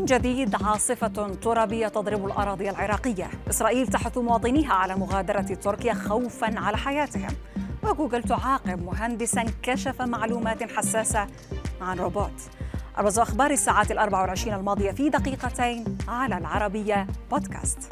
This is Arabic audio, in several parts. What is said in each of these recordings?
جديد، عاصفة ترابية تضرب الأراضي العراقية. إسرائيل تحث مواطنيها على مغادرة تركيا خوفاً على حياتهم. وجوجل تعاقب مهندساً كشف معلومات حساسة عن روبوت. أبرز أخبار الساعات 24 الماضية في دقيقتين على العربية بودكاست.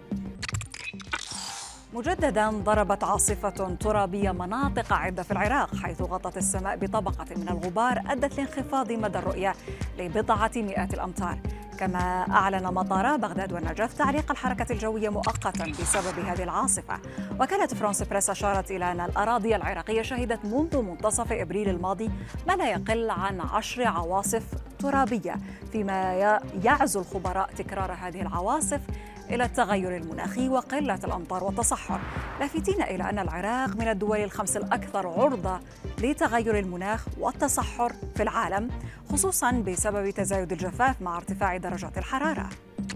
مجدداً ضربت عاصفة ترابية مناطق عدة في العراق، حيث غطت السماء بطبقة من الغبار أدت لانخفاض مدى الرؤية لبضعة مئات الأمتار. كما أعلن مطار بغداد والنجف تعليق الحركة الجوية مؤقتاً بسبب هذه العاصفة. وكالة فرانس بريس أشارت إلى أن الأراضي العراقية شهدت منذ منتصف إبريل الماضي ما لا يقل عن 10 عواصف ترابية، فيما يعزو الخبراء تكرار هذه العواصف إلى التغير المناخي وقلة الأمطار والتصحر، لافتين إلى أن العراق من الدول الخمس الأكثر عرضة لتغير المناخ والتصحر في العالم، خصوصاً بسبب تزايد الجفاف مع ارتفاع درجات الحرارة.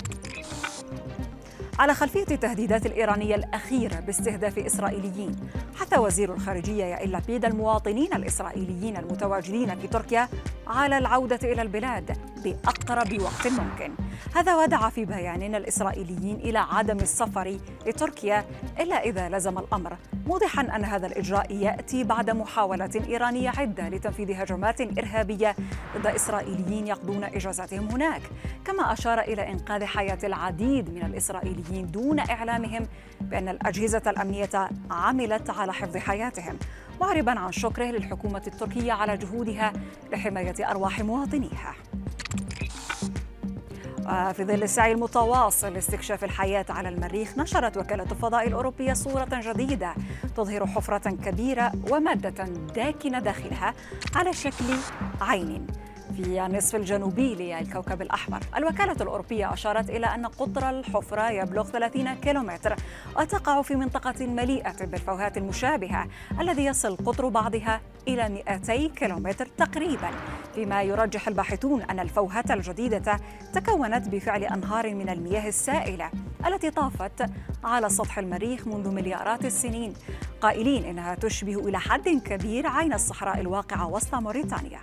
على خلفية التهديدات الإيرانية الأخيرة باستهداف إسرائيليين، حث وزير الخارجية يائير لابيد المواطنين الإسرائيليين المتواجدين في تركيا على العودة إلى البلاد بأقرب وقت ممكن. هذا ودعا في بيان الإسرائيليين إلى عدم السفر لتركيا إلا إذا لزم الأمر، موضحاً أن هذا الإجراء يأتي بعد محاولات إيرانية عدة لتنفيذ هجمات إرهابية ضد إسرائيليين يقضون إجازاتهم هناك. كما أشار إلى إنقاذ حياة العديد من الإسرائيليين دون إعلامهم بأن الأجهزة الأمنية عملت على حفظ حياتهم، معرباً عن شكره للحكومة التركية على جهودها لحماية أرواح مواطنيها. وفي ظل السعي المتواصل لاستكشاف الحياة على المريخ، نشرت وكالة الفضاء الأوروبية صورة جديدة تظهر حفرة كبيرة ومادة داكنة داخلها على شكل عين في النصف الجنوبي للكوكب الأحمر. الوكالة الأوروبية أشارت إلى أن قطر الحفرة يبلغ 30 كيلومتر وتقع في منطقة مليئة بالفوهات المشابهة الذي يصل قطر بعضها إلى 200 كيلومتر تقريبا، فيما يرجح الباحثون أن الفوهة الجديدة تكونت بفعل أنهار من المياه السائلة التي طافت على سطح المريخ منذ مليارات السنين، قائلين إنها تشبه إلى حد كبير عين الصحراء الواقعة وسط موريتانيا.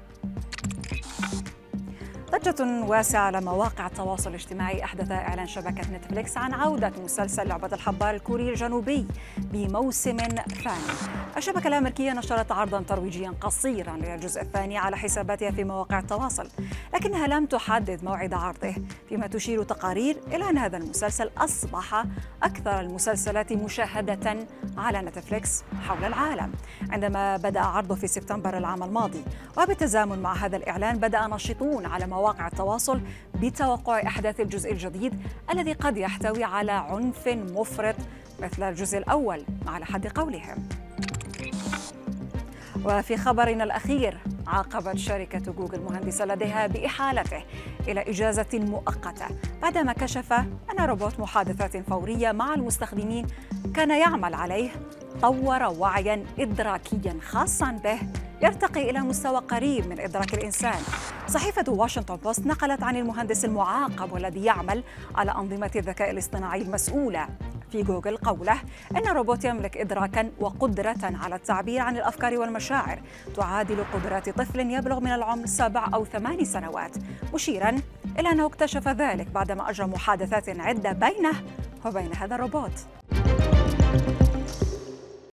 ضجة واسعة على مواقع التواصل الاجتماعي أحدث إعلان شبكة نتفليكس عن عودة مسلسل لعبة الحبار الكوري الجنوبي بموسم ثاني. الشبكة الأمريكية نشرت عرضاً ترويجياً قصيراً للجزء الثاني على حساباتها في مواقع التواصل، لكنها لم تحدد موعد عرضه، فيما تشير تقارير إلى أن هذا المسلسل أصبح أكثر المسلسلات مشاهدة على نتفليكس حول العالم عندما بدأ عرضه في سبتمبر العام الماضي. وبالتزامن مع هذا الإعلان بدأ ناشطون على مواقع التواصل بتوقع إحداث الجزء الجديد الذي قد يحتوي على عنف مفرط مثل الجزء الأول على حد قولهم. وفي خبرنا الأخير، عاقبت شركة جوجل مهندسا لديها بإحالته إلى إجازة مؤقتة بعدما كشف أن روبوت محادثات فورية مع المستخدمين كان يعمل عليه طور وعياً إدراكياً خاصاً به يرتقي إلى مستوى قريب من إدراك الإنسان. صحيفة واشنطن بوست نقلت عن المهندس المعاقب والذي يعمل على أنظمة الذكاء الاصطناعي المسؤولة في جوجل قوله إن الروبوت يملك إدراكاً وقدرة على التعبير عن الأفكار والمشاعر تعادل قدرات طفل يبلغ من العمر 7 أو 8 سنوات، مشيراً إلى أنه اكتشف ذلك بعدما أجرى محادثات عدة بينه وبين هذا الروبوت.